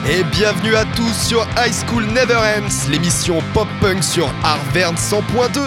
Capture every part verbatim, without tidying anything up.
Et bienvenue à tous sur High School Never Ends, l'émission pop-punk sur Arverne cent point deux.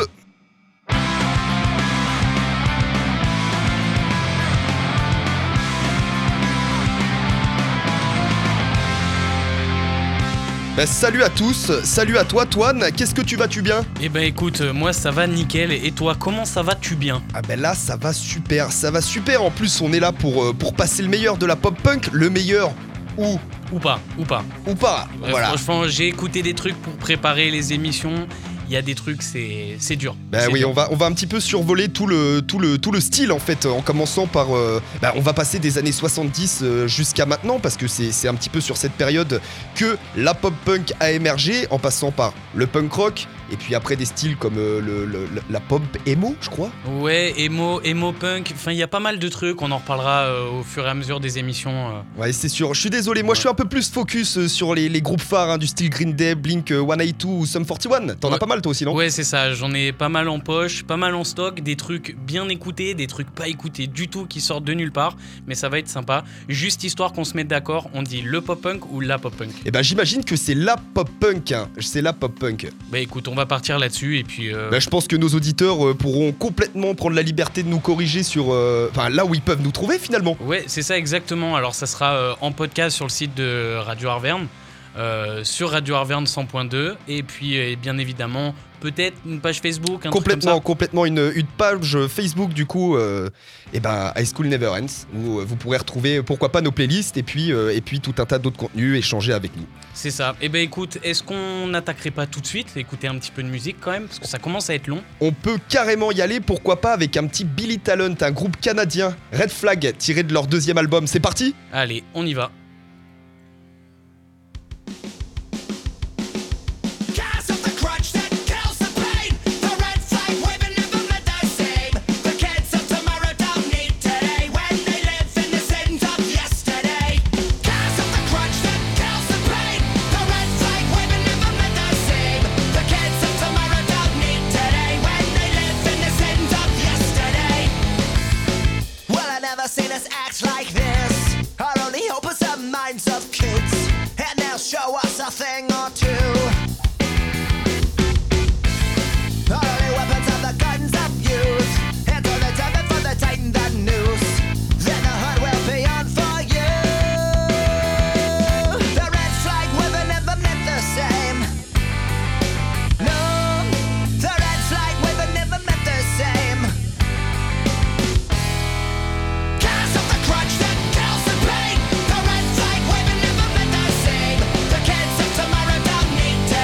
Bah, salut à tous, salut à toi Toine, qu'est-ce que tu vas-tu bien ? Eh ben écoute, moi ça va nickel, et toi comment ça va-tu bien ? Ah ben là ça va super, ça va super, en plus on est là pour, euh, pour passer le meilleur de la pop-punk, le meilleur ou... Ou pas, ou pas. Ou pas, Euh, voilà. Franchement, j'ai écouté des trucs pour préparer les émissions. Il y a des trucs, c'est, c'est dur. Bah c'est oui, dur. on va, on va un petit peu survoler tout le, tout le, tout le style en fait, en commençant par... euh, bah, on va passer des années soixante-dix euh, jusqu'à maintenant, parce que c'est, c'est un petit peu sur cette période que la pop-punk a émergé, en passant par le punk rock, et puis après des styles comme euh, le, le- la pop emo, je crois. Ouais, emo, emo punk, enfin il y a pas mal de trucs, on en reparlera euh, au fur et à mesure des émissions. euh. Ouais, c'est sûr. Je suis désolé, moi je suis un peu plus focus euh, sur les, les groupes phares hein, du style Green Day, Blink euh, cent quatre-vingt-deux ou Sum quarante et un. T'en as Ouais. pas mal toi aussi, non ? Ouais, c'est ça, j'en ai pas mal en poche, pas mal en stock, des trucs bien écoutés, des trucs pas écoutés du tout qui sortent de nulle part, mais ça va être sympa. Juste histoire qu'on se mette d'accord, on dit le pop-punk ou la pop-punk. Et ben j'imagine que c'est la pop-punk, hein. C'est la pop-punk. Bah écoute, on va partir là-dessus et puis... euh, Bah, je pense que nos auditeurs euh, pourront complètement prendre la liberté de nous corriger sur... euh, Enfin, là où ils peuvent nous trouver finalement. Ouais, c'est ça exactement. Alors ça sera euh, en podcast sur le site de Radio Arverne, euh, sur Radio Arverne cent point deux, et puis euh, bien évidemment peut-être une page Facebook, un Complètement, truc complètement une, une page Facebook du coup, euh, et ben High School Never Ends, où euh, vous pourrez retrouver pourquoi pas nos playlists et puis, euh, et puis tout un tas d'autres contenus, échanger avec nous. comme ça. C'est ça. Et ben écoute, est-ce qu'on n'attaquerait pas tout de suite, écouter un petit peu de musique quand même, parce que ça commence à être long. On peut carrément y aller, pourquoi pas avec un petit Billy Talent, un groupe canadien, Red Flag, tiré de leur deuxième album. C'est parti ? Allez, on y va. Cast of the crutch that kills the pain. The red flag waving never meant the same. The kids of tomorrow don't need today when they live in the sins of yesterday. Cast of the crutch that kills the pain. The red flag waving never meant the same. The kids of tomorrow don't need today when they live in the sins of yesterday. Well, I never seen us act like this. Our only hope is the minds of kids, and they'll show us a thing or two. Our only weapons are the guns of youth, until they turn before they tighten the noose. Then the hunt will be on for you. The red flag waving never meant the same. No, the red flag waving never meant the same. Cast of the crutch that kills the pain. The red flag waving never meant the same. The kids of tomorrow don't need to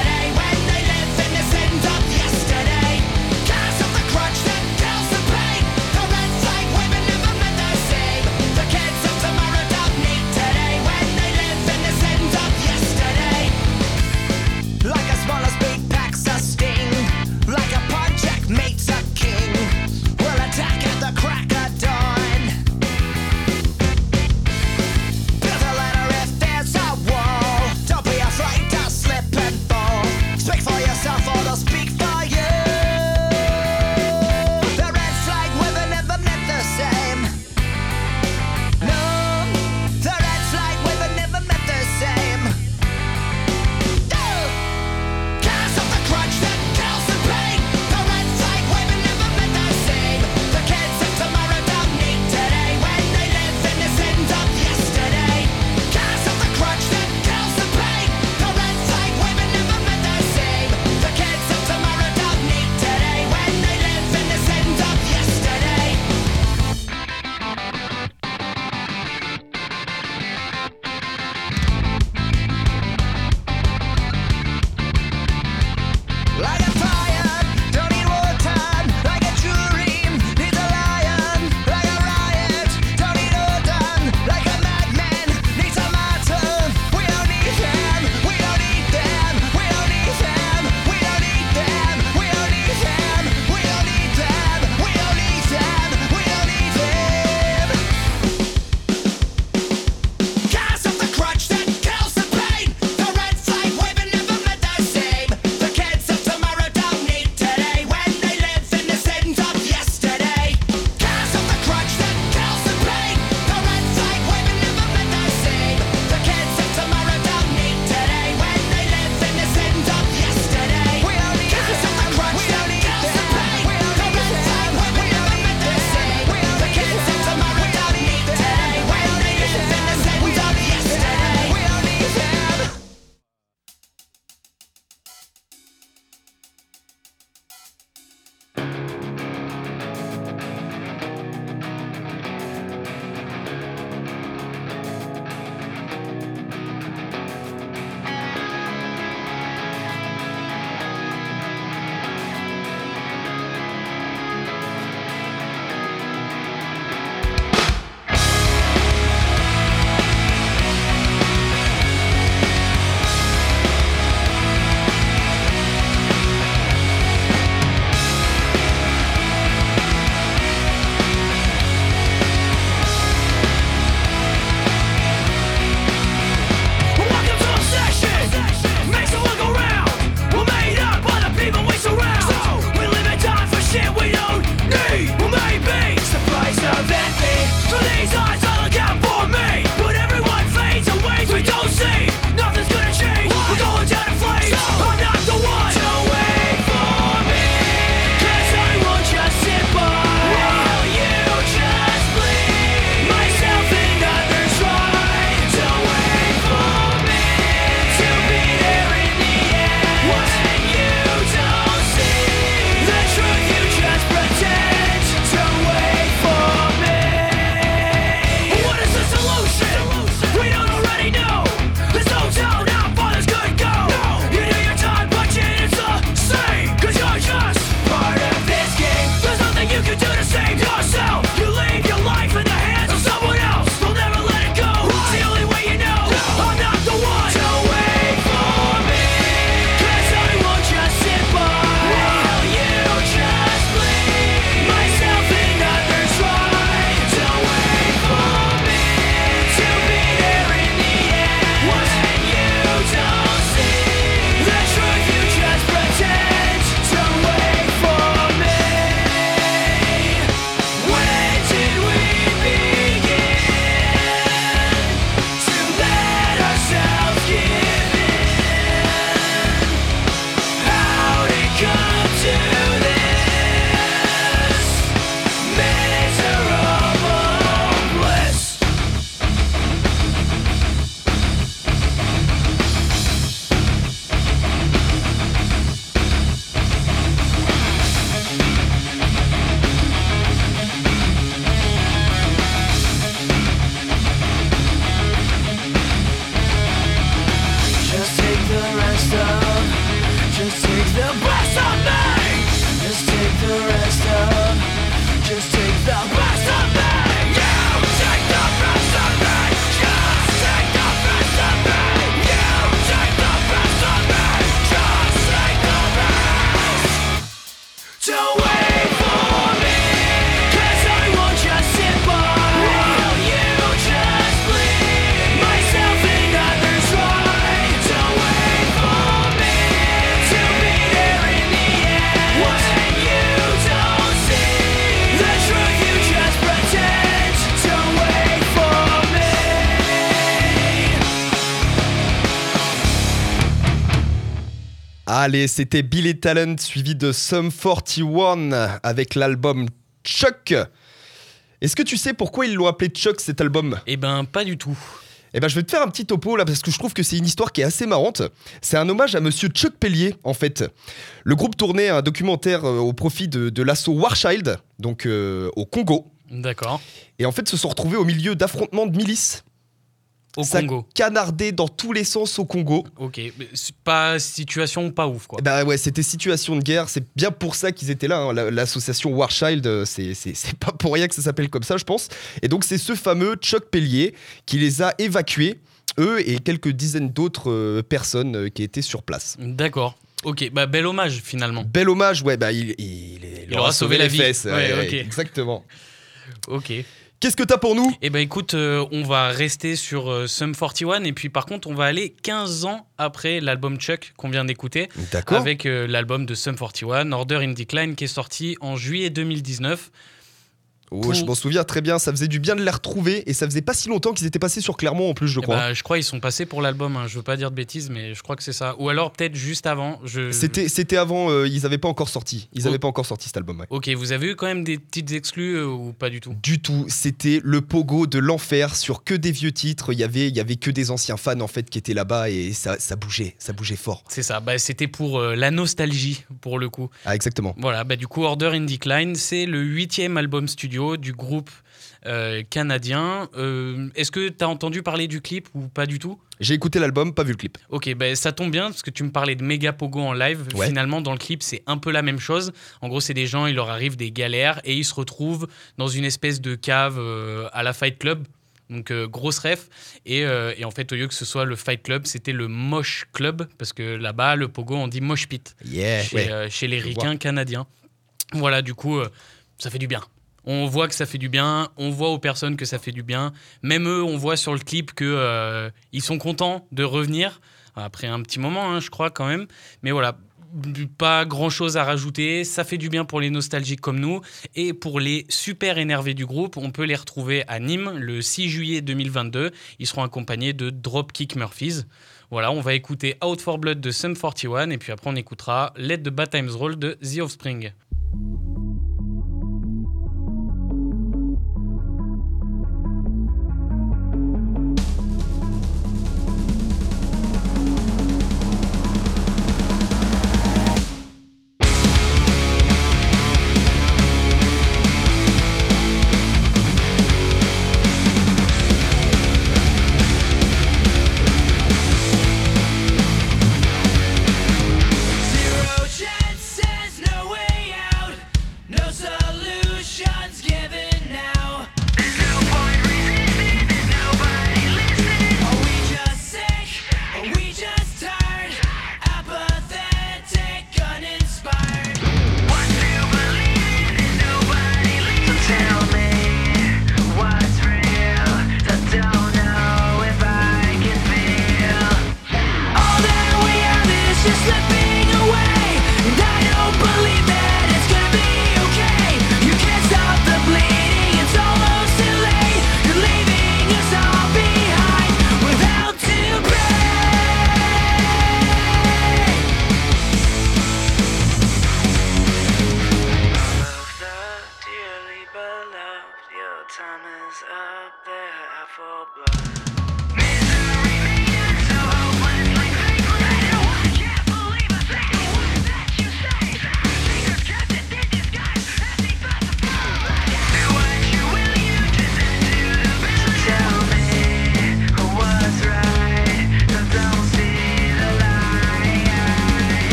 rest of, just take the best of me. Just take the rest of, just take the best of me. You take the best of me. Just take the best of me. You take the best of me. Just take the best. Don't wait for me, 'cause I won't just sit by. Will you just bleed myself and others right? Don't wait for me to be there in the end. When you don't see the truth, you just pretend. Don't wait for me. Allez, c'était Billy Talent suivi de Sum quarante et un avec l'album Chuck. Est-ce que tu sais pourquoi ils l'ont appelé Chuck cet album ? Eh ben, pas du tout. Eh ben, je vais te faire un petit topo là parce que je trouve que c'est une histoire qui est assez marrante. C'est un hommage à monsieur Chuck Pellier en fait. Le groupe tournait un documentaire euh, au profit de, de l'assaut Warchild, donc euh, au Congo. D'accord. Et en fait, se sont retrouvés au milieu d'affrontements de milices. Au Ça Congo. canardait dans tous les sens au Congo. Ok. Mais c'est pas situation pas ouf, quoi. Bah ouais, c'était situation de guerre. C'est bien pour ça qu'ils étaient là. hein. La- L'association Warchild, euh, c'est, c'est, c'est pas pour rien que ça s'appelle comme ça, je pense. Et donc, c'est ce fameux Chuck Pellier qui les a évacués, eux et quelques dizaines d'autres euh, personnes euh, qui étaient sur place. D'accord. Ok. Bah, bel hommage, finalement. Bel hommage, ouais, bah il, il, il Il aura sauvé la les vie. fesses. Ouais, ok. Exactement. Ok. Qu'est-ce que t'as pour nous ? Eh ben écoute, euh, on va rester sur euh, Sum quarante et un et puis par contre on va aller quinze ans après l'album Chuck qu'on vient d'écouter D'accord. avec euh, l'album de Sum quarante et un, Order in Decline, qui est sorti en juillet deux mille dix-neuf. Oh, pour- Je m'en souviens très bien. Ça faisait du bien de les retrouver et ça faisait pas si longtemps qu'ils étaient passés sur Clermont en plus, je Eh crois. ben, je crois ils sont passés pour l'album, hein. Je veux pas dire de bêtises mais je crois que c'est ça. Ou alors peut-être juste avant. Je... C'était, c'était avant. euh, ils avaient pas encore sorti. Ils Oh. avaient pas encore sorti cet album. Ouais. Ok, vous avez eu quand même des petites exclus euh, ou pas du tout? Du tout, c'était le pogo de l'enfer sur que des vieux titres. Il y avait, il y avait que des anciens fans en fait qui étaient là-bas et ça, ça bougeait, ça bougeait fort. C'est ça, bah, c'était pour euh, la nostalgie pour le coup. Ah exactement. Voilà, bah, du coup, Order in Decline, c'est le huitième album studio du groupe euh, canadien. Euh, Est-ce que tu as entendu parler du clip ou pas du tout? J'ai écouté l'album, pas vu le clip. Ok, bah, ça tombe bien parce que tu me parlais de méga pogo en live. Ouais. Finalement, dans le clip, c'est un peu la même chose. En gros, c'est des gens, il leur arrive des galères et ils se retrouvent dans une espèce de cave euh, à la Fight Club. Donc, euh, grosse ref. Et, euh, et en fait, au lieu que ce soit le Fight Club, c'était le Mosh Club. Parce que là-bas, le pogo, on dit Mosh Pit. Yeah. Chez, Ouais. euh, chez les je ricains canadiens. Voilà, du coup, euh, ça fait du bien. On voit que ça fait du bien, on voit aux personnes que ça fait du bien. Même eux, on voit sur le clip que euh, ils sont contents de revenir après un petit moment, hein, je crois quand même. Mais voilà, pas grand-chose à rajouter. Ça fait du bien pour les nostalgiques comme nous. Et pour les super énervés du groupe, on peut les retrouver à Nîmes le six juillet deux mille vingt-deux. Ils seront accompagnés de Dropkick Murphys. Voilà, on va écouter Out for Blood de Sum quarante et un et puis après on écoutera Let the Bad Times Roll de The Offspring. Zero chances, no way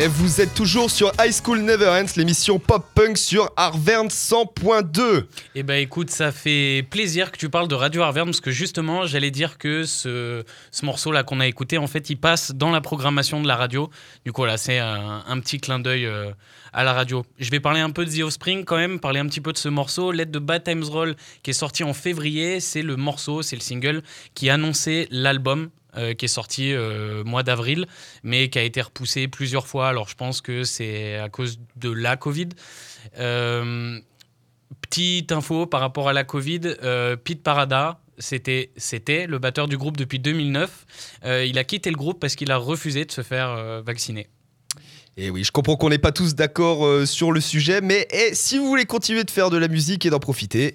Et vous êtes toujours sur High School Never Ends, l'émission pop-punk sur Arverne cent point deux. Eh ben écoute, ça fait plaisir que tu parles de Radio Arverne parce que justement, j'allais dire que ce, ce morceau-là qu'on a écouté, en fait, il passe dans la programmation de la radio. Du coup, là, c'est un, un petit clin d'œil euh, à la radio. Je vais parler un peu de The Offspring quand même, parler un petit peu de ce morceau. Let the Bad Times Roll, qui est sorti en février, c'est le morceau, c'est le single qui annonçait l'album. Euh, qui est sorti euh, mois d'avril, mais qui a été repoussé plusieurs fois. Alors, je pense que c'est à cause de la Covid. Euh, petite info par rapport à la Covid, euh, Pete Parada, c'était, c'était le batteur du groupe depuis deux mille neuf. Euh, il a quitté le groupe parce qu'il a refusé de se faire euh, vacciner. Et oui, je comprends qu'on n'est pas tous d'accord euh, sur le sujet, mais eh, si vous voulez continuer de faire de la musique et d'en profiter,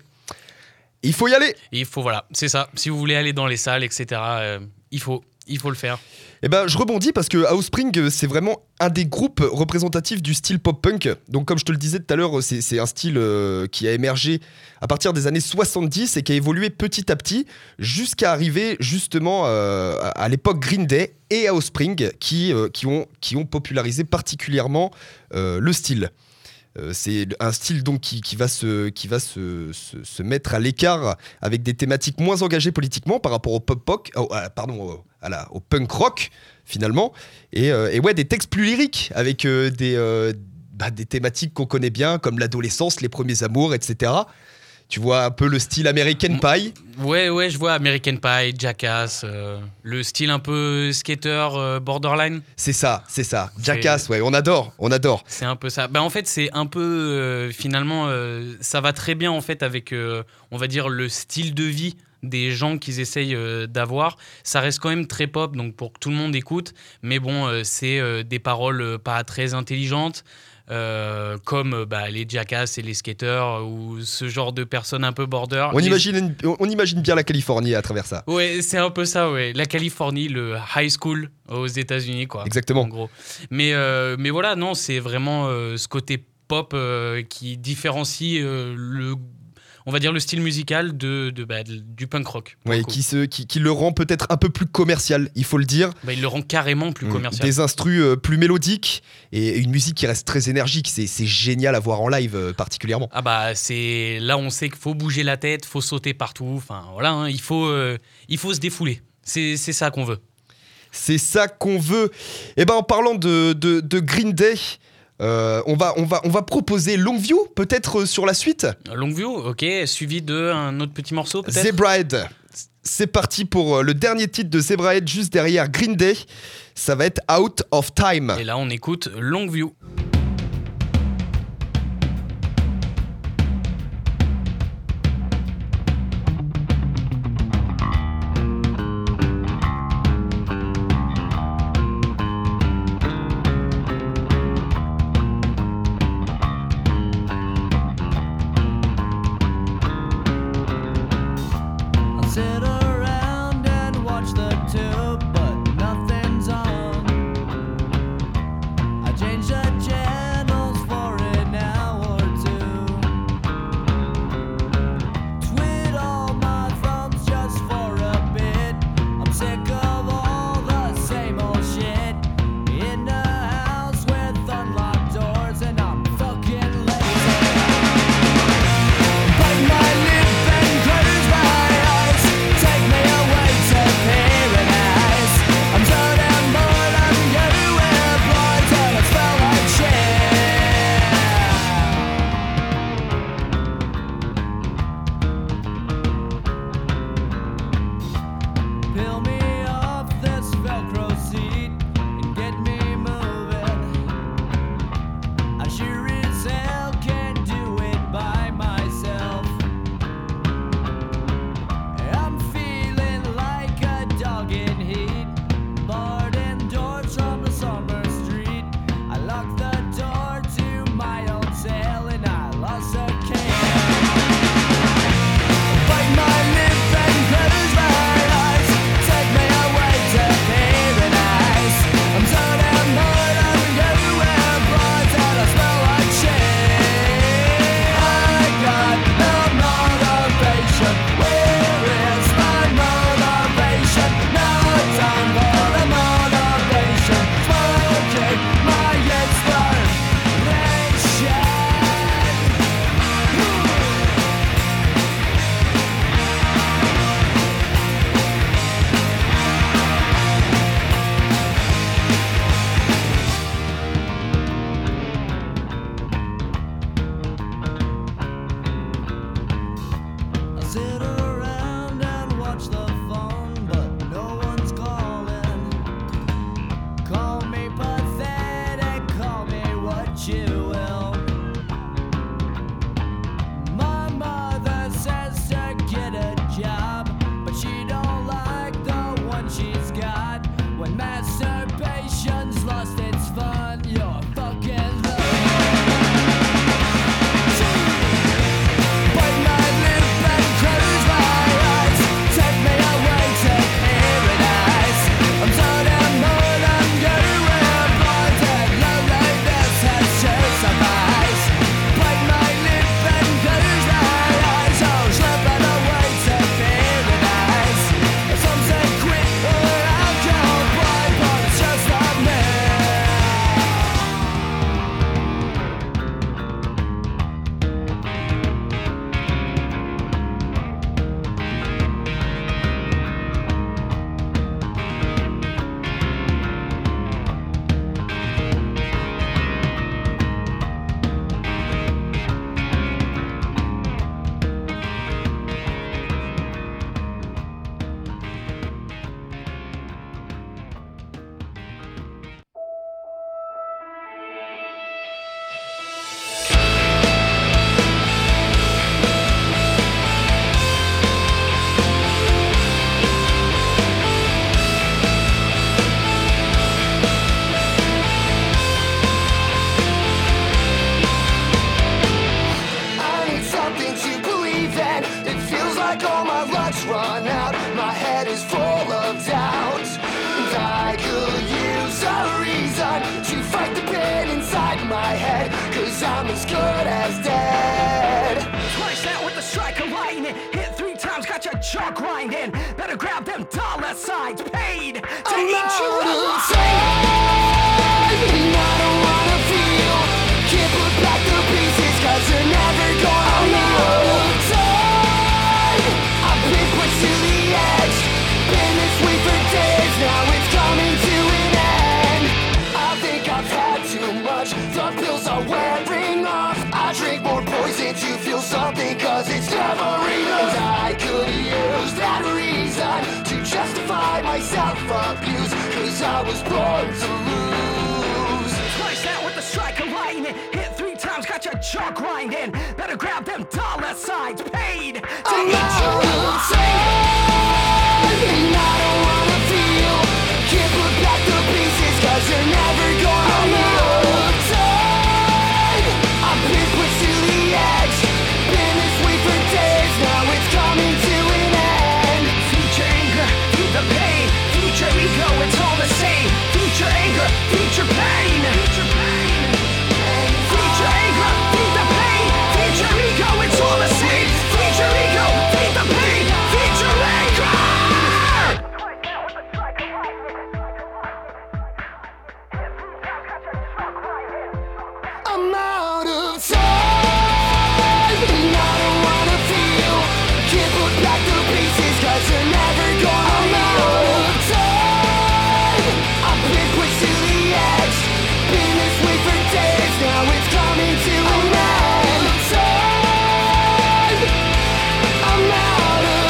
il faut y aller. Et il faut, voilà, c'est ça. Si vous voulez aller dans les salles, et cetera, euh, il faut, il faut le faire. Eh ben, je rebondis parce que Offspring, c'est vraiment un des groupes représentatifs du style pop-punk. Donc, comme je te le disais tout à l'heure, c'est, c'est un style euh, qui a émergé à partir des années soixante-dix et qui a évolué petit à petit jusqu'à arriver justement euh, à l'époque Green Day et à Offspring qui, euh, qui, ont, qui ont popularisé particulièrement euh, le style. Euh, c'est un style donc qui, qui va, se, qui va se, se, se mettre à l'écart avec des thématiques moins engagées politiquement par rapport au pop-pop, oh, ah, pardon, au, à la, au punk rock finalement, et, euh, et ouais, des textes plus lyriques avec euh, des, euh, bah, des thématiques qu'on connaît bien comme l'adolescence, les premiers amours, et cetera. Tu vois un peu le style American Pie. Ouais, ouais, je vois American Pie, Jackass, euh, le style un peu skater, euh, borderline. C'est ça, c'est ça. Jackass, ouais, on adore, on adore. C'est un peu ça. Bah, en fait, c'est un peu, euh, finalement, euh, ça va très bien en fait avec, euh, on va dire, le style de vie des gens qu'ils essayent euh, d'avoir. Ça reste quand même très pop, donc pour que tout le monde écoute. Mais bon, euh, c'est euh, des paroles euh, pas très intelligentes. Euh, comme euh, bah, les Jackass et les skaters ou ce genre de personnes un peu border. On, les... imagine, on imagine bien la Californie à travers ça. Ouais, c'est un peu ça, ouais. La Californie, le high school aux États-Unis, quoi. Exactement. En gros. Mais, euh, mais voilà, non, c'est vraiment euh, ce côté pop euh, qui différencie euh, le. On va dire le style musical de, de, bah, de- du punk rock. Ouais, qui, se, qui, qui le rend peut-être un peu plus commercial, il faut le dire. Bah, il le rend carrément plus Mm. commercial. Des instrus euh, plus mélodiques et une musique qui reste très énergique. C'est, c'est génial à voir en live euh, particulièrement. Ah bah c'est là on sait qu'il faut bouger la tête, faut sauter partout. Enfin voilà, hein, il faut euh, il faut se défouler. C'est c'est ça qu'on veut. C'est ça qu'on veut. Et ben en parlant de, de, de Green Day, euh, on, va, on, va, on va proposer Longview peut-être euh, sur la suite. Longview, ok, suivi de un autre petit morceau peut-être. Zebrahead. C'est parti pour euh, le dernier titre de Zebrahead juste derrière Green Day. Ça va être Out of Time. Et là on écoute Longview. I sit around and watch the tube, but nothing's on. I change the channel. got your jaw grinding. Better grab them dollar signs paid to eat you alive. I don't wanna feel. Can't put back the pieces 'cause they're never gonna heal. Time. I've been pushed to the edge. Been this way for days. Now it's coming to an end. I think I've had too much. The pills are wearing off. I drink more poison to feel something 'cause it's never enough. I could use that reason to justify my self-abuse 'cause I was born to lose. Twice now with the strike of lightning. Hit three times, got your jaw grinding. Better grab them dollar signs paid to I'm eat you alive. And I don't wanna feel. Can't put back the pieces 'cause you're never gonna heal. Time. I've been pushed to the edge. Been this way for days. Now it's coming to an end. Future anger, feel the pain. Future ego, it's all the same. Future anger, future pain. Future pain. Future anger, feel the pain. Future ego, it's all the same. Future ego, feel the pain. Future anger. I'm out of time. And I don't wanna feel. Can't put back the pieces 'cause you're never gonna heal. Time. I've been pushed to the edge. Been this way for days. Now it's coming to an end. Time. I'm out of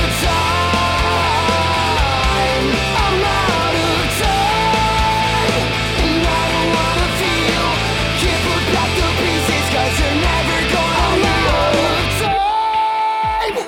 time. I'm out of time. And I don't wanna feel. Can't put back the pieces 'cause you're never gonna heal. Time.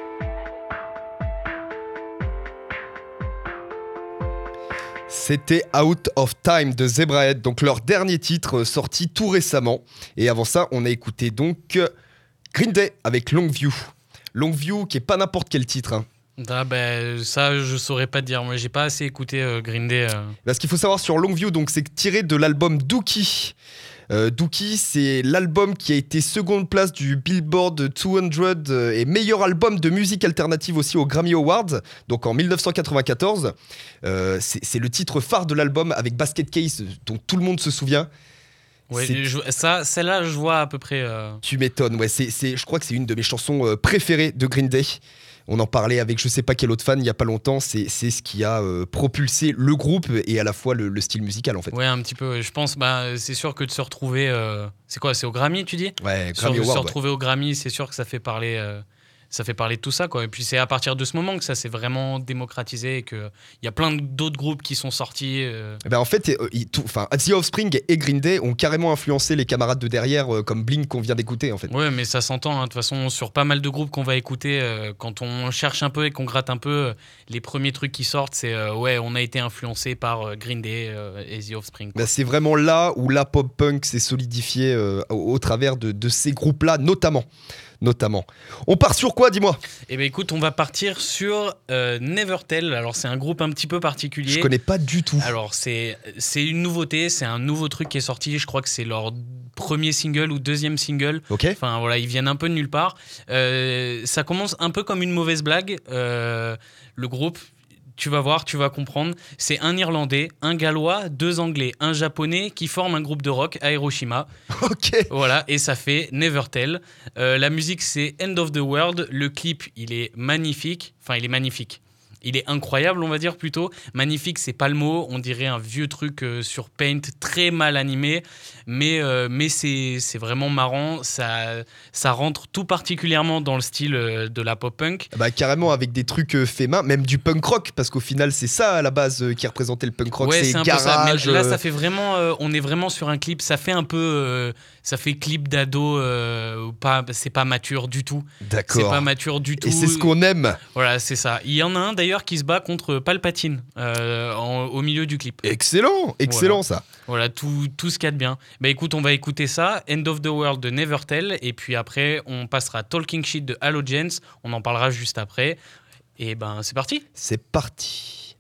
C'était Out of Time de Zebrahead, donc leur dernier titre euh, sorti tout récemment. Et avant ça, on a écouté donc euh, Green Day avec Longview. Longview qui est pas n'importe quel titre. Hein. Ah ben, ça, je saurais pas te dire. Moi, j'ai pas assez écouté euh, Green Day. euh. Bah, ce qu'il faut savoir sur Longview, donc, c'est tiré de l'album Dookie. Euh, Dookie, c'est l'album qui a été seconde place du Billboard deux cents euh, et meilleur album de musique alternative aussi aux Grammy Awards, donc en dix-neuf cent quatre-vingt-quatorze. Euh, c'est, c'est le titre phare de l'album avec Basket Case, dont tout le monde se souvient. Ouais, C'est- je- ça, celle-là, je vois à peu près. euh. Tu m'étonnes, ouais, c'est, c'est, je crois que c'est une de mes chansons euh, préférées de Green Day. On en parlait avec je sais pas quel autre fan il y a pas longtemps, c'est, c'est ce qui a euh, propulsé le groupe et à la fois le, le style musical en fait. Ouais, un petit peu. Je pense, bah, c'est sûr que de se retrouver. euh, C'est quoi? C'est au Grammy, tu dis? Ouais, Se- Grammy se Award, ouais. retrouver au Grammy, c'est sûr que ça fait parler. euh, Ça fait parler de tout ça, quoi. Et puis c'est à partir de ce moment que ça s'est vraiment démocratisé et qu'il y a plein d'autres groupes qui sont sortis. euh. Eh ben en fait, euh, ils- tout- enfin, The Offspring et Green Day ont carrément influencé les camarades de derrière, euh, comme Blink qu'on vient d'écouter en fait. Ouais, mais ça s'entend. hein. De toute façon, sur pas mal de groupes qu'on va écouter, euh, quand on cherche un peu et qu'on gratte un peu, euh, les premiers trucs qui sortent, c'est euh, ouais, on a été influencé par euh, Green Day euh, et The Offspring. quoi. Bah, c'est vraiment là où la pop punk s'est solidifiée euh, au, au travers de, de ces groupes-là, notamment. Notamment. On part sur quoi, dis-moi? Eh ben écoute, on va partir sur euh, Nevertell. Alors c'est un groupe un petit peu particulier. Je connais pas du tout. Alors c'est c'est une nouveauté, c'est un nouveau truc qui est sorti. Je crois que c'est leur premier single ou deuxième single. Ok. Enfin voilà, ils viennent un peu de nulle part. Euh, ça commence un peu comme une mauvaise blague. Euh, le groupe, tu vas voir, tu vas comprendre. C'est un Irlandais, un Gallois, deux Anglais, un Japonais qui forment un groupe de rock à Hiroshima. Ok. Voilà, et ça fait Nevertell. Euh, la musique, c'est End of the World. Le clip, il est magnifique. Enfin, il est magnifique. Il est incroyable, on va dire plutôt. Magnifique, c'est pas le mot. On dirait un vieux truc euh, sur Paint, très mal animé. Mais, euh, mais c'est, c'est vraiment marrant. Ça, ça rentre tout particulièrement dans le style euh, de la pop-punk. Bah carrément avec des trucs euh, faits main, même du punk rock, parce qu'au final c'est ça à la base euh, qui représentait le punk rock. Ouais, c'est c'est un peu ça. garage. Mais là, euh, ça fait vraiment. euh, on est vraiment sur un clip. Ça fait un peu. euh, ça fait clip d'ado. euh, pas, c'est pas mature du tout. C'est D'accord. pas mature du tout. Et c'est ce qu'on aime. Voilà, c'est ça. Il y en a un d'ailleurs qui se bat contre Palpatine euh, en- au milieu du clip. Excellent, excellent Voilà. ça. Voilà, tout, tout ce qu'il y a de bien. Bah écoute, on va écouter ça. End of the World de Nevertell. Et puis après, on passera Talking Shit de Halogens. On en parlera juste après. Et ben, c'est parti. C'est parti.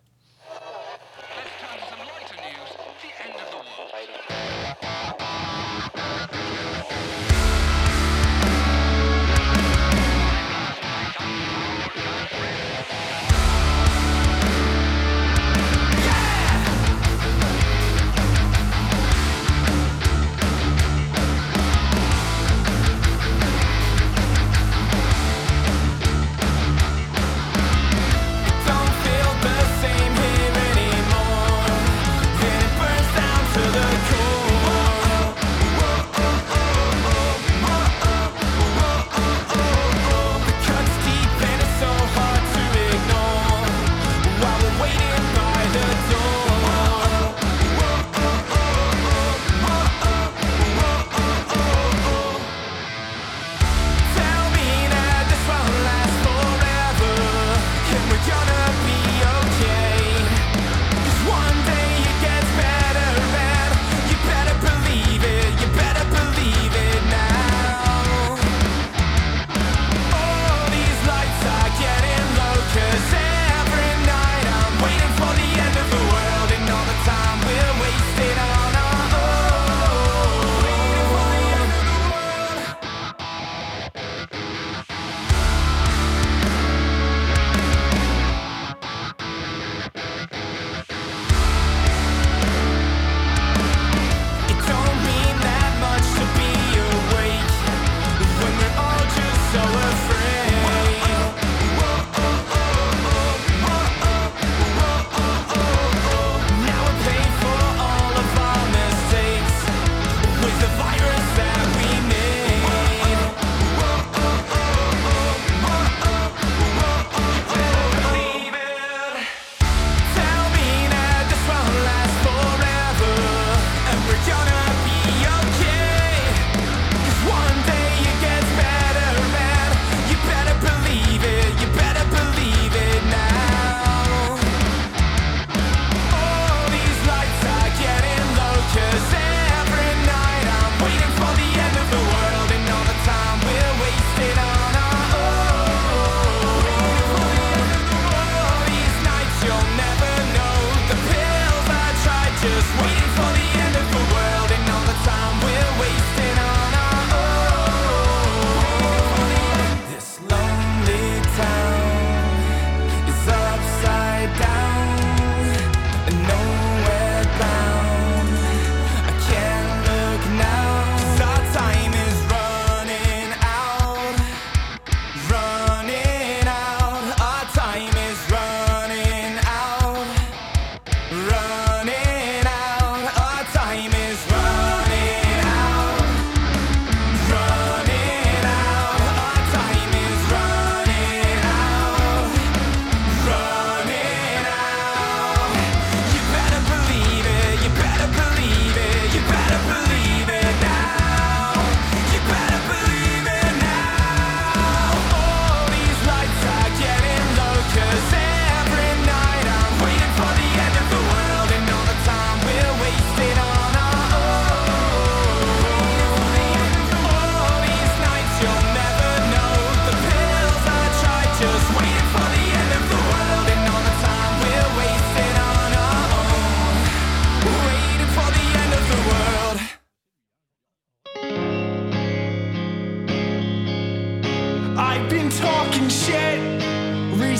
Let's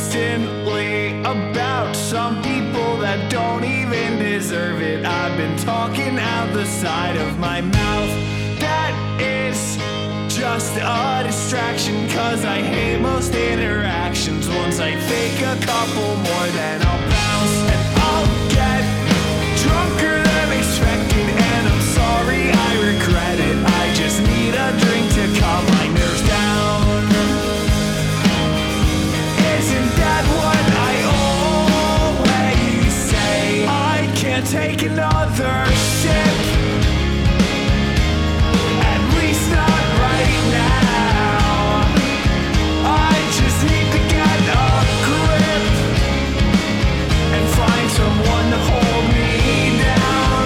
recently about some people that don't even deserve it. I've been talking out the side of my mouth. That is just a distraction, cause I hate most interactions. Once I fake a couple more, then I'll bounce and I'll get drunker than expected. And I'm sorry, I regret it. I just need a drink to calm my nerves down. Isn't that what I always say? I can't take another sip, at least not right now. I just need to get a grip and find someone to hold me down.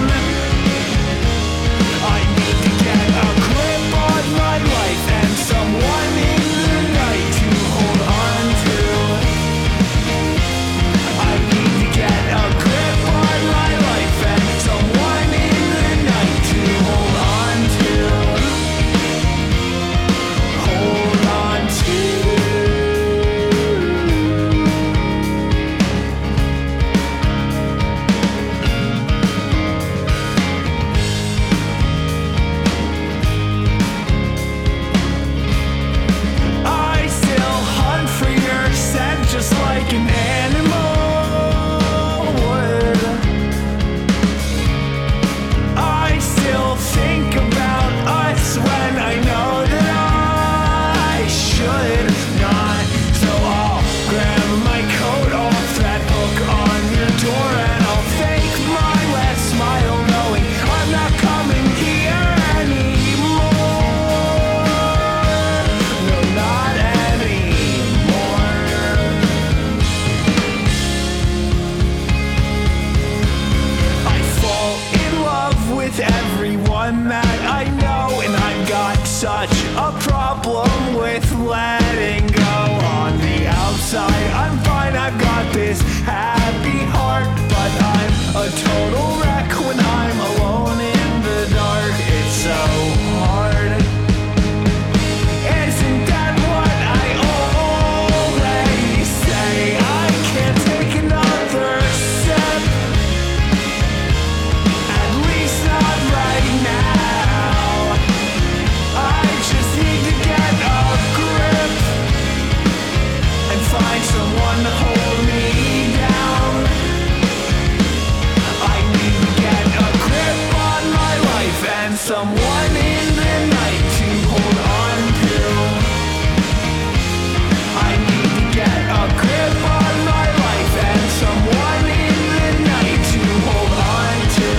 I need to get a grip on my life and someone in the night to hold on to. I need to get a grip on my life and someone in the night to hold on to. Hold on to. I still hunt for your scent just like an animal would. I still think about us when I know that I should not. So I'll grab my coat off that hook on your door and I'll fake my last smile knowing I'm not coming here anymore. No, not anymore. I fall in love with everyone that I know, and I've got such a problem with letting go. On the outside, I'm fine, I've got this happy heart, but I'm a total wreck when I'm alone in the dark. It's so hard. Isn't that what I always say? I can't take another step, at least not right now. I just need to get a grip and find someone to hold me down. I need to get a grip on my life and someone in the night to hold on to. I need to get a grip on my life and someone in the night to hold on to.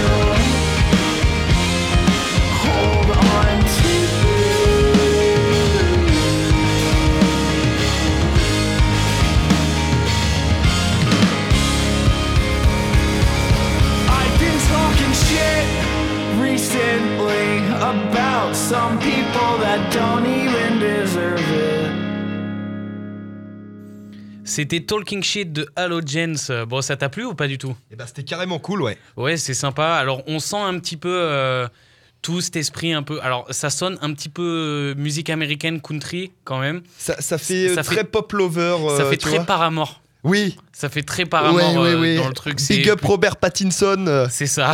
Hold on to. I've been talking shit recently about some people that don't even deserve it. C'était Talking Shit de Halogens. Bon, ça t'a plu ou pas du tout? Et bah c'était carrément cool, ouais. Ouais, c'est sympa. Alors, on sent un petit peu euh, tout cet esprit un peu. Alors, ça sonne un petit peu euh, musique américaine country quand même. Ça, ça fait Ça euh, très fait- pop lover. euh, ça fait tu très vois. Paramore. Oui. Ça fait très Paramore Ouais, ouais, euh, ouais. dans le truc. Big c'est- up Robert Pattinson. euh. C'est ça.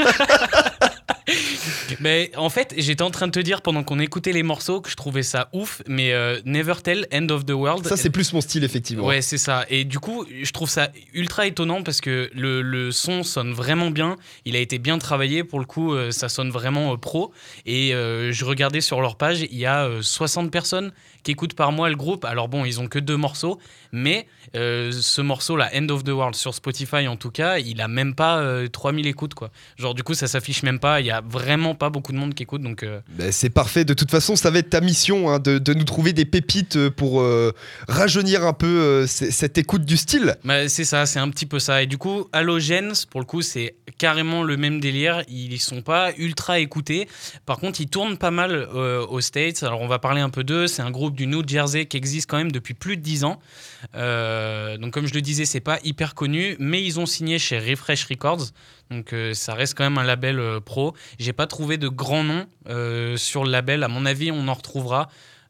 Mais en fait, j'étais en train de te dire pendant qu'on écoutait les morceaux que je trouvais ça ouf, mais euh, Never Tell, End of the World. Ça, c'est plus mon style, effectivement. Ouais, c'est ça. Et du coup, je trouve ça ultra étonnant parce que le, le son sonne vraiment bien. Il a été bien travaillé. Pour le coup, euh, ça sonne vraiment euh, pro. Et euh, je regardais sur leur page, il y a euh, soixante personnes qui écoutent par mois le groupe. Alors bon, ils ont que deux morceaux, mais euh, ce morceau-là, End of the World, sur Spotify en tout cas, il a même pas euh, trois mille écoutes, quoi. Genre, du coup, ça s'affiche même pas. Il y a vraiment pas beaucoup de monde qui écoute. Donc, euh, Bah, c'est parfait. De toute façon, ça va être ta mission hein, de, de nous trouver des pépites euh, pour euh, rajeunir un peu euh, c- cette écoute du style. bah, c'est ça, c'est un petit peu ça. Et du coup, Halogens, pour le coup, c'est carrément le même délire. Ils sont pas ultra écoutés. Par contre, ils tournent pas mal euh, aux States. Alors, on va parler un peu d'eux. C'est un groupe du New Jersey qui existe quand même depuis plus de dix ans. Euh, donc, comme je le disais, c'est pas hyper connu, mais ils ont signé chez Refresh Records. Donc, euh, ça reste quand même un label euh, pro. J'ai pas trouvé de grand nom euh, sur le label. À mon avis, on en retrouvera.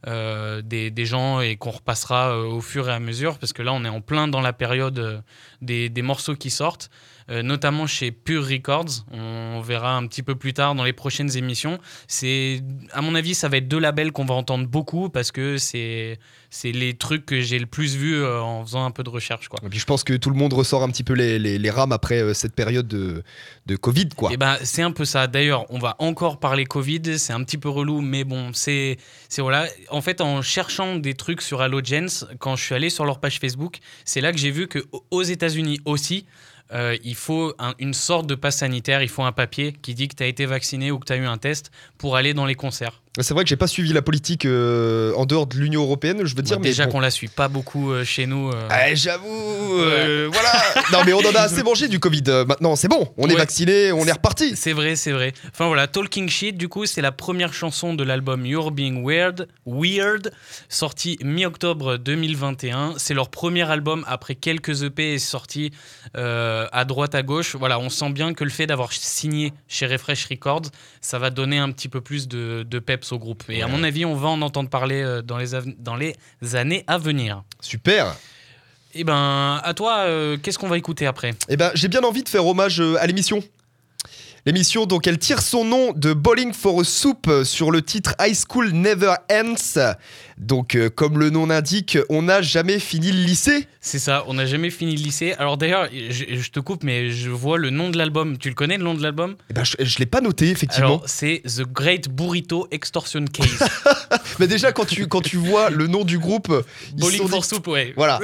euh, des, des gens et qu'on repassera euh, au fur et à mesure, parce que là, on est en plein dans la période euh, des, des morceaux qui sortent, euh, notamment chez Pure Records. On verra un petit peu plus tard dans les prochaines émissions. C'est, à mon avis, ça va être deux labels qu'on va entendre beaucoup, parce que c'est, c'est les trucs que j'ai le plus vus euh, en faisant un peu de recherche, quoi. Et puis je pense que tout le monde ressort un petit peu les, les, les rames après euh, cette période de, de Covid, quoi. Et ben, c'est un peu ça. D'ailleurs, on va encore parler Covid. C'est un petit peu relou, mais bon, c'est, c'est voilà. En fait, en cherchant des trucs sur Halogens, quand je suis allé sur leur page Facebook, c'est là que j'ai vu que aux États-Unis aussi, euh, il faut un- une sorte de passe sanitaire. Il faut un papier qui dit que tu as été vacciné ou que tu as eu un test pour aller dans les concerts. C'est vrai que j'ai pas suivi la politique euh, en dehors de l'Union Européenne, je veux dire, Bon, mais déjà bon. qu'on la suit pas beaucoup euh, chez nous. euh, Ah, j'avoue, euh, voilà. Non mais on en a assez mangé du Covid. euh, maintenant, c'est bon, on est Ouais. vacciné, on est reparti. C'est vrai, c'est vrai. Enfin voilà, Talking Shit, du coup, c'est la première chanson de l'album You're Being Weird, Weird, sorti mi-octobre deux mille vingt et un. C'est leur premier album après quelques E P et sorti euh, à droite à gauche. Voilà, on sent bien que le fait d'avoir signé chez Refresh Records, ça va donner un petit peu plus de, de peps au groupe. Et à mon avis, on va en entendre parler euh, dans les, av- dans les années à venir. Super. Et ben, à toi, euh, qu'est-ce qu'on va écouter après ? Eh ben, j'ai bien envie de faire hommage euh, à l'émission. L'émission, donc, elle tire son nom de Bowling for a Soup euh, sur le titre High School Never Ends. Donc, euh, comme le nom l'indique, on n'a jamais fini le lycée. C'est ça, on n'a jamais fini le lycée. Alors d'ailleurs, je, je te coupe, mais je vois le nom de l'album. Tu le connais, le nom de l'album ? Eh ben, je, je l'ai pas noté, effectivement. Alors, c'est The Great Burrito Extortion Case. Mais déjà, quand tu, quand tu vois le nom du groupe, ils se Bowling sont for dit- Soup, ouais. Voilà.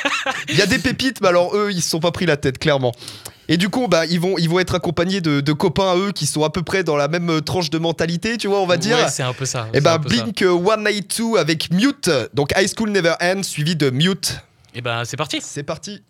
Il y a des pépites, mais alors eux, ils se sont pas pris la tête, clairement. Et du coup, bah, ils vont, ils vont être accompagnés de, de copains à eux qui sont à peu près dans la même euh, tranche de mentalité, tu vois, on va dire. Ouais, c'est un peu ça. Et c'est bah, un peu ça. Blink cent quatre-vingt-deux avec Mute. Donc, High School Never Ends suivi de Mute. Et ben, c'est parti. C'est parti.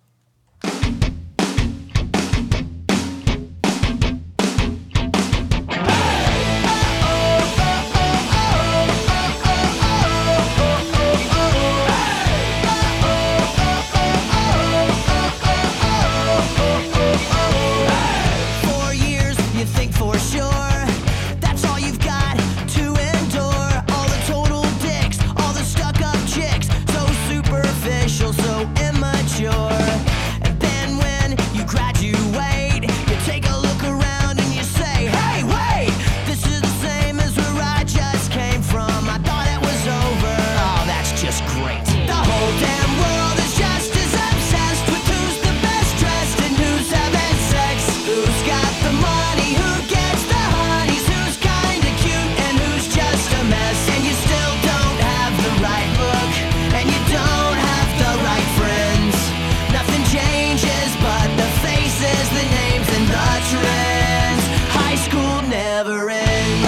Four years, you think for sure. That's all you've got to endure. All the total dicks, all the stuck up chicks. So superficial, so immature. And then when you graduate, you take a look around and you say, hey, wait, this is the same as where I just came from. I thought it was over. Oh, that's just great. The whole damn world is just as obsessed with who's the best dressed and who's having sex. Who's got the money, who gets the honeys, who's kinda cute and who's just a mess. And you still don't have the right look, and you don't have the right friends. Nothing changes but the faces, the names, and the trends. High school never ends.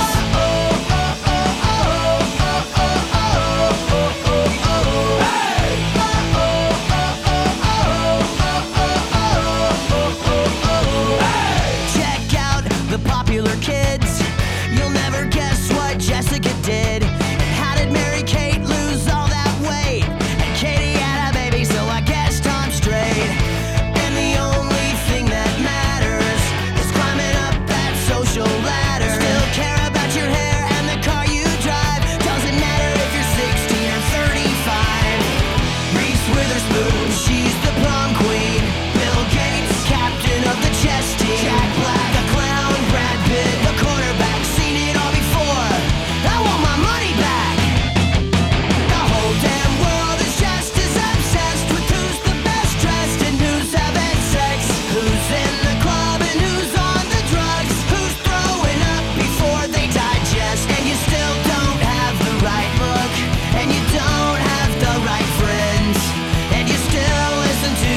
Check out the popular kids. You'll never guess what Jessica did. And how did Mary Kate lose all that weight? And Katie had a baby, so I guess Tom's straight. And the only thing that matters is climbing up that social ladder. Still care about your hair and the car you drive. Doesn't matter if you're sixteen or thirty-five. Reese Witherspoon, she's the prom queen. Bill Gates, captain of the chess team. Jack Black, the clown. Brad Pitt, the quarterback. Seen it all before. I want my money back. The whole damn world is just as obsessed with who's the best dressed and who's having sex. Who's in the club and who's on the drugs. Who's throwing up before they digest. And you still don't have the right look. And you don't have the right friends. And you still listen to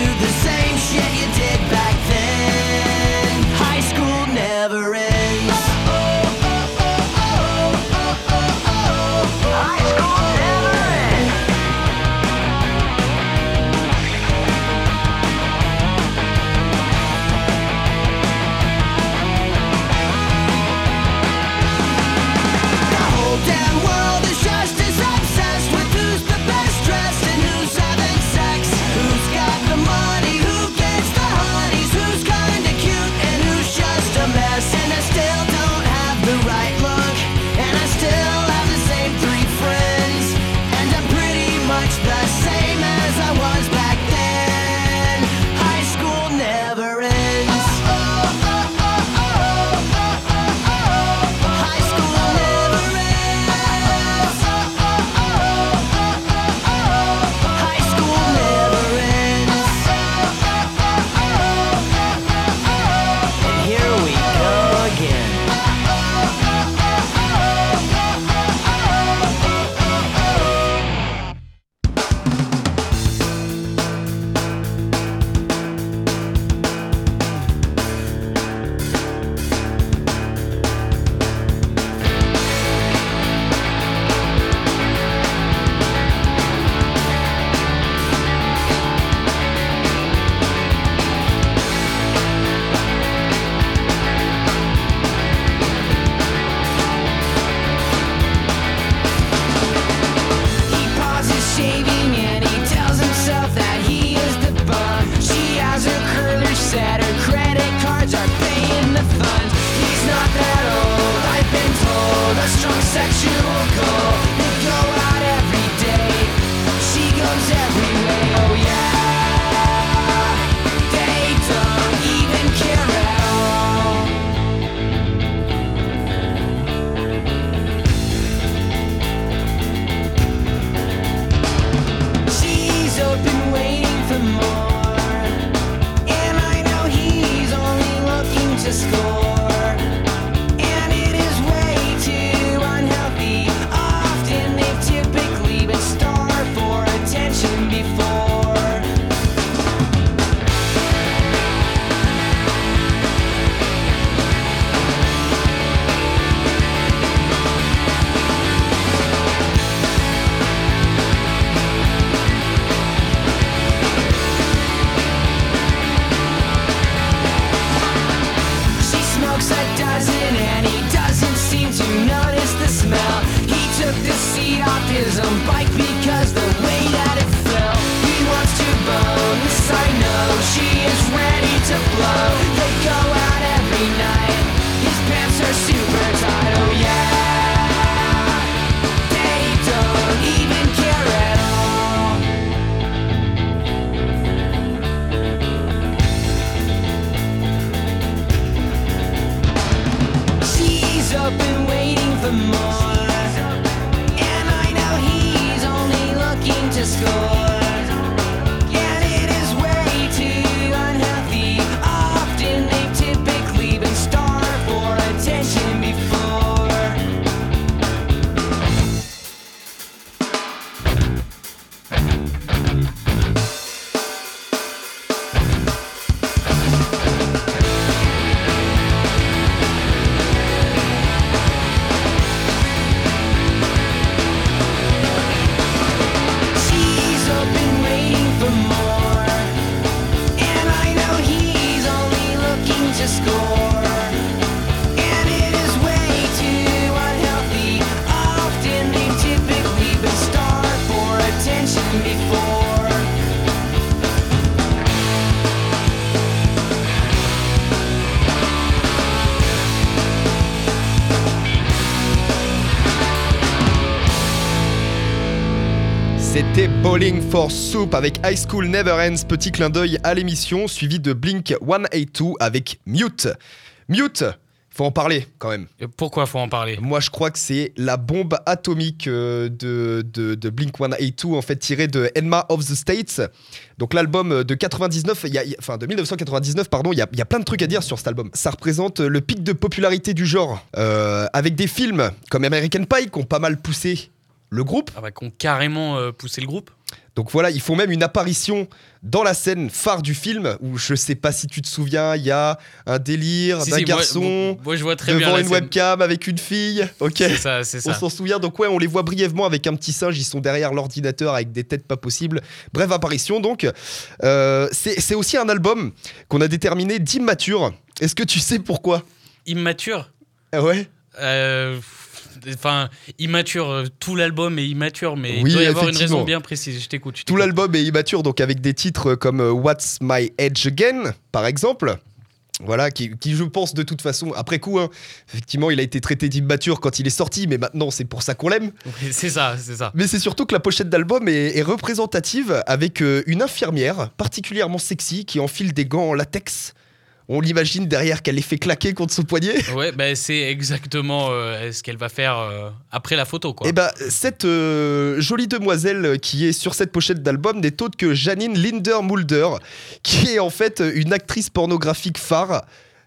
C'était Bowling for Soup avec High School Never Ends, petit clin d'œil à l'émission, suivi de Blink cent quatre-vingt-deux avec Mute. Mute, faut en parler quand même. Et pourquoi faut en parler? Moi je crois que c'est la bombe atomique euh, de, de, de Blink cent quatre-vingt-deux, en fait tirée de Enema of the States. Donc l'album de quatre-vingt-dix-neuf, il y a, il y a- enfin de dix-neuf cent quatre-vingt-dix-neuf, pardon, il y a, il y a plein de trucs à dire sur cet album. Ça représente le pic de popularité du genre, euh, avec des films comme American Pie qui ont pas mal poussé le groupe. Ah bah, qu'on carrément euh, poussé le groupe. Donc voilà, ils font même une apparition dans la scène phare du film où je sais pas si tu te souviens, il y a un délire Si, d'un si, moi- garçon moi, je vois très bien devant la une scène. webcam avec une fille. Ok. C'est ça, c'est On ça. s'en souvient, donc ouais, on les voit brièvement avec un petit singe, ils sont derrière l'ordinateur avec des têtes pas possibles. Brève apparition donc. Euh, c'est c'est aussi un album qu'on a déterminé d'immature. Est-ce que tu sais pourquoi? Immature. Ah ouais. Euh, Enfin, immature. euh, Tout l'album est immature, mais Oui, il doit y avoir une effectivement. raison bien précise. Je t'écoute. je Tout t'écoute. l'album est immature, donc avec des titres comme euh, What's My Age Again, par exemple. Voilà, qui, qui, je pense de toute façon, après coup, hein, effectivement, il a été traité d'immature quand il est sorti, mais maintenant c'est pour ça qu'on l'aime. Oui, c'est ça, c'est ça. Mais c'est surtout que la pochette d'album est, est représentative avec euh, une infirmière particulièrement sexy qui enfile des gants en latex. On l'imagine derrière qu'elle les fait claquer contre son poignet. Ouais, bah, c'est exactement euh, ce qu'elle va faire euh, après la photo, quoi. Et bah, cette euh, jolie demoiselle qui est sur cette pochette d'album n'est autre que Janine Linder-Mulder, qui est en fait une actrice pornographique phare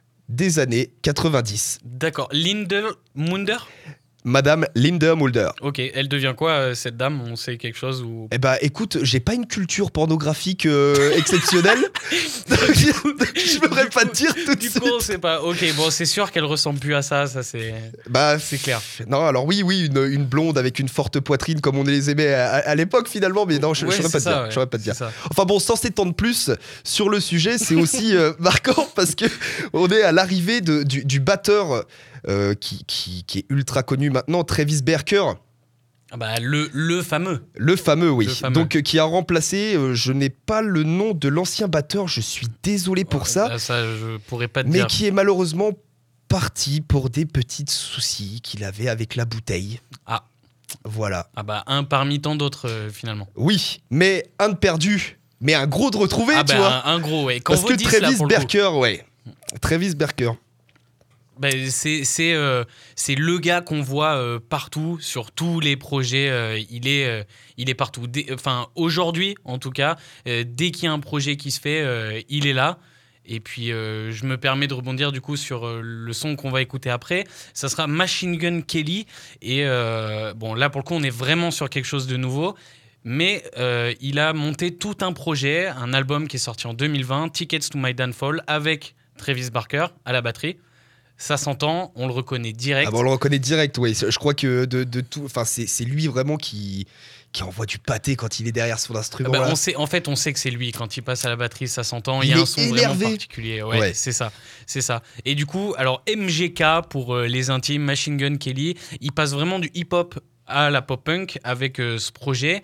des années quatre-vingt-dix. D'accord. Linder Munder. Madame Linder-Mulder. Ok. Elle devient quoi, euh, cette dame? On sait quelque chose ou Eh bah écoute, j'ai pas une culture pornographique euh, exceptionnelle, donc je pourrais pas te dire tout de Du suite. coup, on sait pas. Ok, bon, c'est sûr qu'elle ressemble plus à ça. Ça, c'est. Bah, C'est clair. Non, alors oui, oui, une, une blonde avec une forte poitrine comme on les aimait à, à l'époque finalement, mais non, je ne Ouais, saurais c'est pas, te ça, dire, ouais. je saurais pas te dire. C'est ça. Enfin bon, sans s'étendre plus sur le sujet, c'est aussi euh, marquant parce que on est à l'arrivée de- du, du batteur euh, qui, qui, qui est ultra connu maintenant, Travis Barker. Ah bah, le, le fameux. Le fameux, oui. Le fameux. Donc, euh, qui a remplacé, euh, je n'ai pas le nom de l'ancien batteur, je suis désolé pour Ouais, ça, là, ça, je pourrais pas te mais dire. qui est malheureusement parti pour des petits soucis qu'il avait avec la bouteille. Ah. Voilà. Ah bah, un parmi tant d'autres, euh, finalement. Oui, mais un de perdu, mais un gros de retrouvé, Ah tu bah, vois. un, un gros, ouais. Quand Parce vous que dites, là, Travis pour le coup, Barker, ouais. Travis Barker. bah, c'est c'est euh, c'est le gars qu'on voit euh, partout, sur tous les projets. euh, il, est, euh, il est partout. Dès- Enfin, aujourd'hui, en tout cas, euh, dès qu'il y a un projet qui se fait, euh, il est là. Et puis, euh, je me permets de rebondir du coup sur euh, le son qu'on va écouter après. Ça sera Machine Gun Kelly. Et euh, bon, là, pour le coup, on est vraiment sur quelque chose de nouveau. Mais euh, il a monté tout un projet, un album qui est sorti en deux mille vingt, Tickets to My Downfall, avec Travis Barker à la batterie. Ça s'entend, on le reconnaît direct. Ah bah, on le reconnaît direct, oui. Je crois que de, de tout, enfin c'est c'est lui vraiment qui qui envoie du pâté quand il est derrière son instrument. Bah, là. on sait, en fait, on sait que c'est lui. Quand il passe à la batterie, ça s'entend. Il Il y a un est son énervé. vraiment particulier. Ouais, Ouais. c'est ça, c'est ça. Et du coup, alors M G K pour euh, les intimes, Machine Gun Kelly, il passe vraiment du hip-hop à la pop-punk avec euh, ce projet.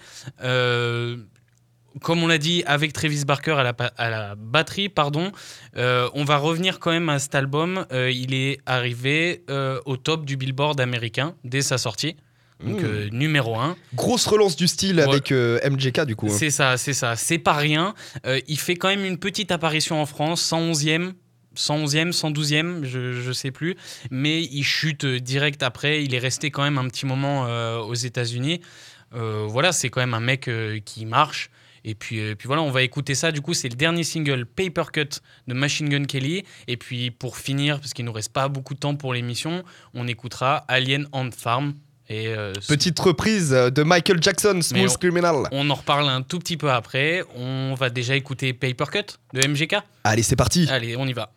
Euh, Comme on l'a dit, avec Travis Barker à la, pa- à la batterie, pardon, euh, on va revenir quand même à cet album. Euh, il est arrivé euh, au top du Billboard américain dès sa sortie, donc Mmh. euh, numéro un. Grosse relance du style Ouais. avec euh, M J K du coup. hein. C'est ça, c'est ça. C'est pas rien. Euh, il fait quand même une petite apparition en France, cent onzième, cent onzième, cent douzième, je, je sais plus. Mais il chute direct après. Il est resté quand même un petit moment euh, aux États-Unis. Euh, voilà, c'est quand même un mec euh, qui marche. Et puis, euh, puis voilà, on va écouter ça. Du coup, c'est le dernier single Paper Cut de Machine Gun Kelly. Et puis pour finir, parce qu'il nous reste pas beaucoup de temps pour l'émission, on écoutera Alien Ant Farm. Et euh, Petite reprise de Michael Jackson, Smooth Mais on- Criminal. on en reparle un tout petit peu après. On va déjà écouter Paper Cut de M G K. Allez, c'est parti. Allez, on y va.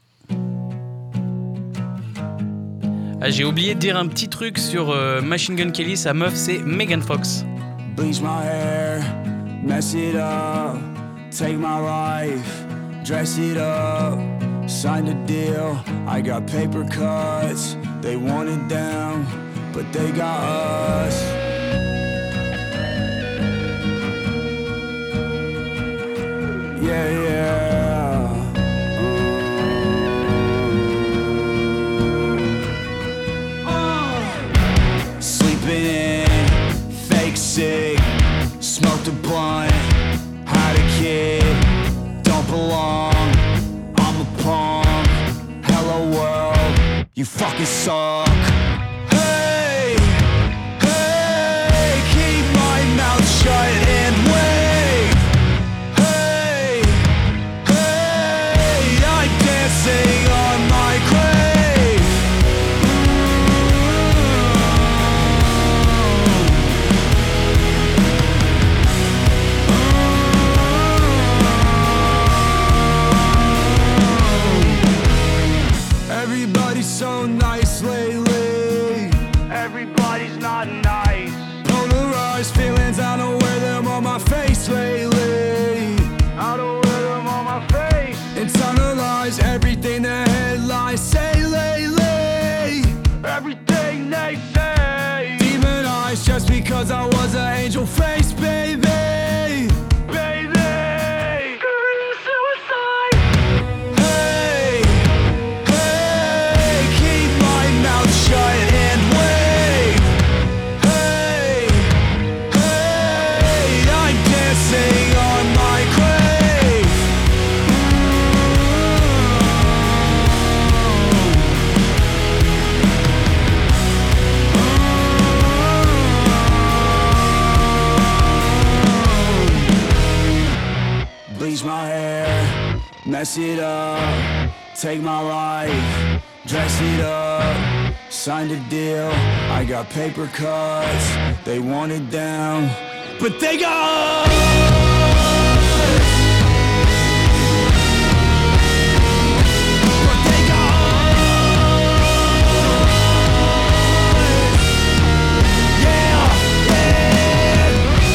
Ah, j'ai oublié de dire un petit truc sur euh, Machine Gun Kelly. Sa meuf, c'est Megan Fox. Bleach my hair, mess it up, take my life, dress it up, sign the deal. I got paper cuts, they want it down, but they got us. Yeah, yeah. Uh. Sleeping in, fake sick, smoked a blunt. suck. Hey, hey, keep my mouth shut and wait. Hey, hey, I'm dancing on my grave. Everybody's so nice lately. Everybody's not nice. Polarized feelings, I don't wear them on my face lately. I don't wear them on my face. Internalize everything the headlines say lately. Everything they say. Demonized just because I was an angel face, baby. Baby. Suicide. Hey, hey, keep my mouth shut and wait. Hey, hey, I'm dancing on my grave. Bleach my hair, mess it up, take my life, dress it up, signed a deal, I got paper cuts, they want it down, but they got But they got Yeah, yeah.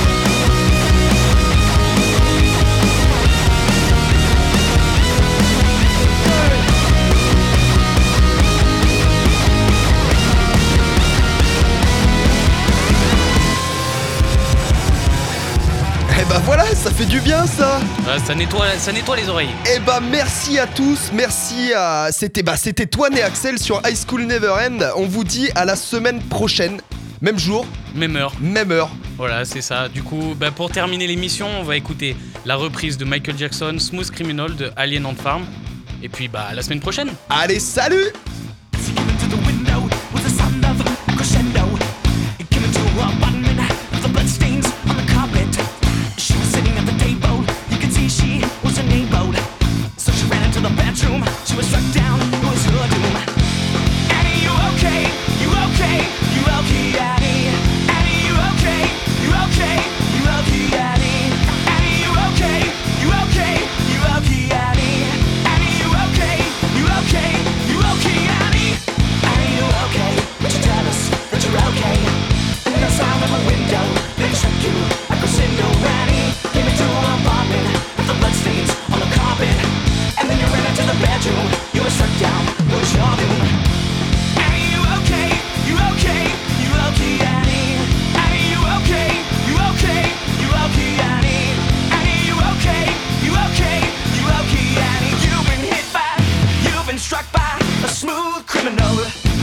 Eh bah voilà, ça fait du bien ça. Ouais, ça, nettoie, ça nettoie les oreilles. Eh bah merci à tous, merci à... C'était bah c'était Toine et Axel sur High School Never End. On vous dit à la semaine prochaine, même jour, Même heure. même heure. Voilà, c'est ça. Du coup, bah, pour terminer l'émission, on va écouter la reprise de Michael Jackson, Smooth Criminal de Alien Ant Farm. Et puis, bah, à la semaine prochaine. Allez, salut. She came into the window with the sound of a crescendo. It came into her apartment, the bloodstains on the carpet. She was sitting at the table, you could see she was enabled. So she ran into the bedroom, she was struck down, it was her doom. Annie, you okay? You okay? You okay, Annie? Annie, you okay? You okay? You okay, Annie? Annie, you okay? You okay? You okay, Annie? Annie, you okay? You okay? You okay, Annie? Annie, you okay? Would you tell us that you're okay? And the sound of a window, they struck you like a crescendo. Annie, came into her apartment with the bloodstains on the carpet. And then you ran into the bedroom, you were struck down, was your doom. Annie, you okay? You okay? You okay, Annie? Annie, you okay? You okay? You okay, Annie? Annie, you okay? You okay? You okay, Annie? You've been hit by, you've been struck by a smooth criminal.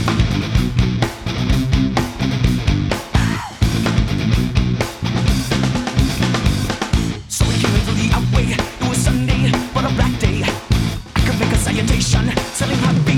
So we came into the outway. It was Sunday, but a black day. I could make a salutation, selling hot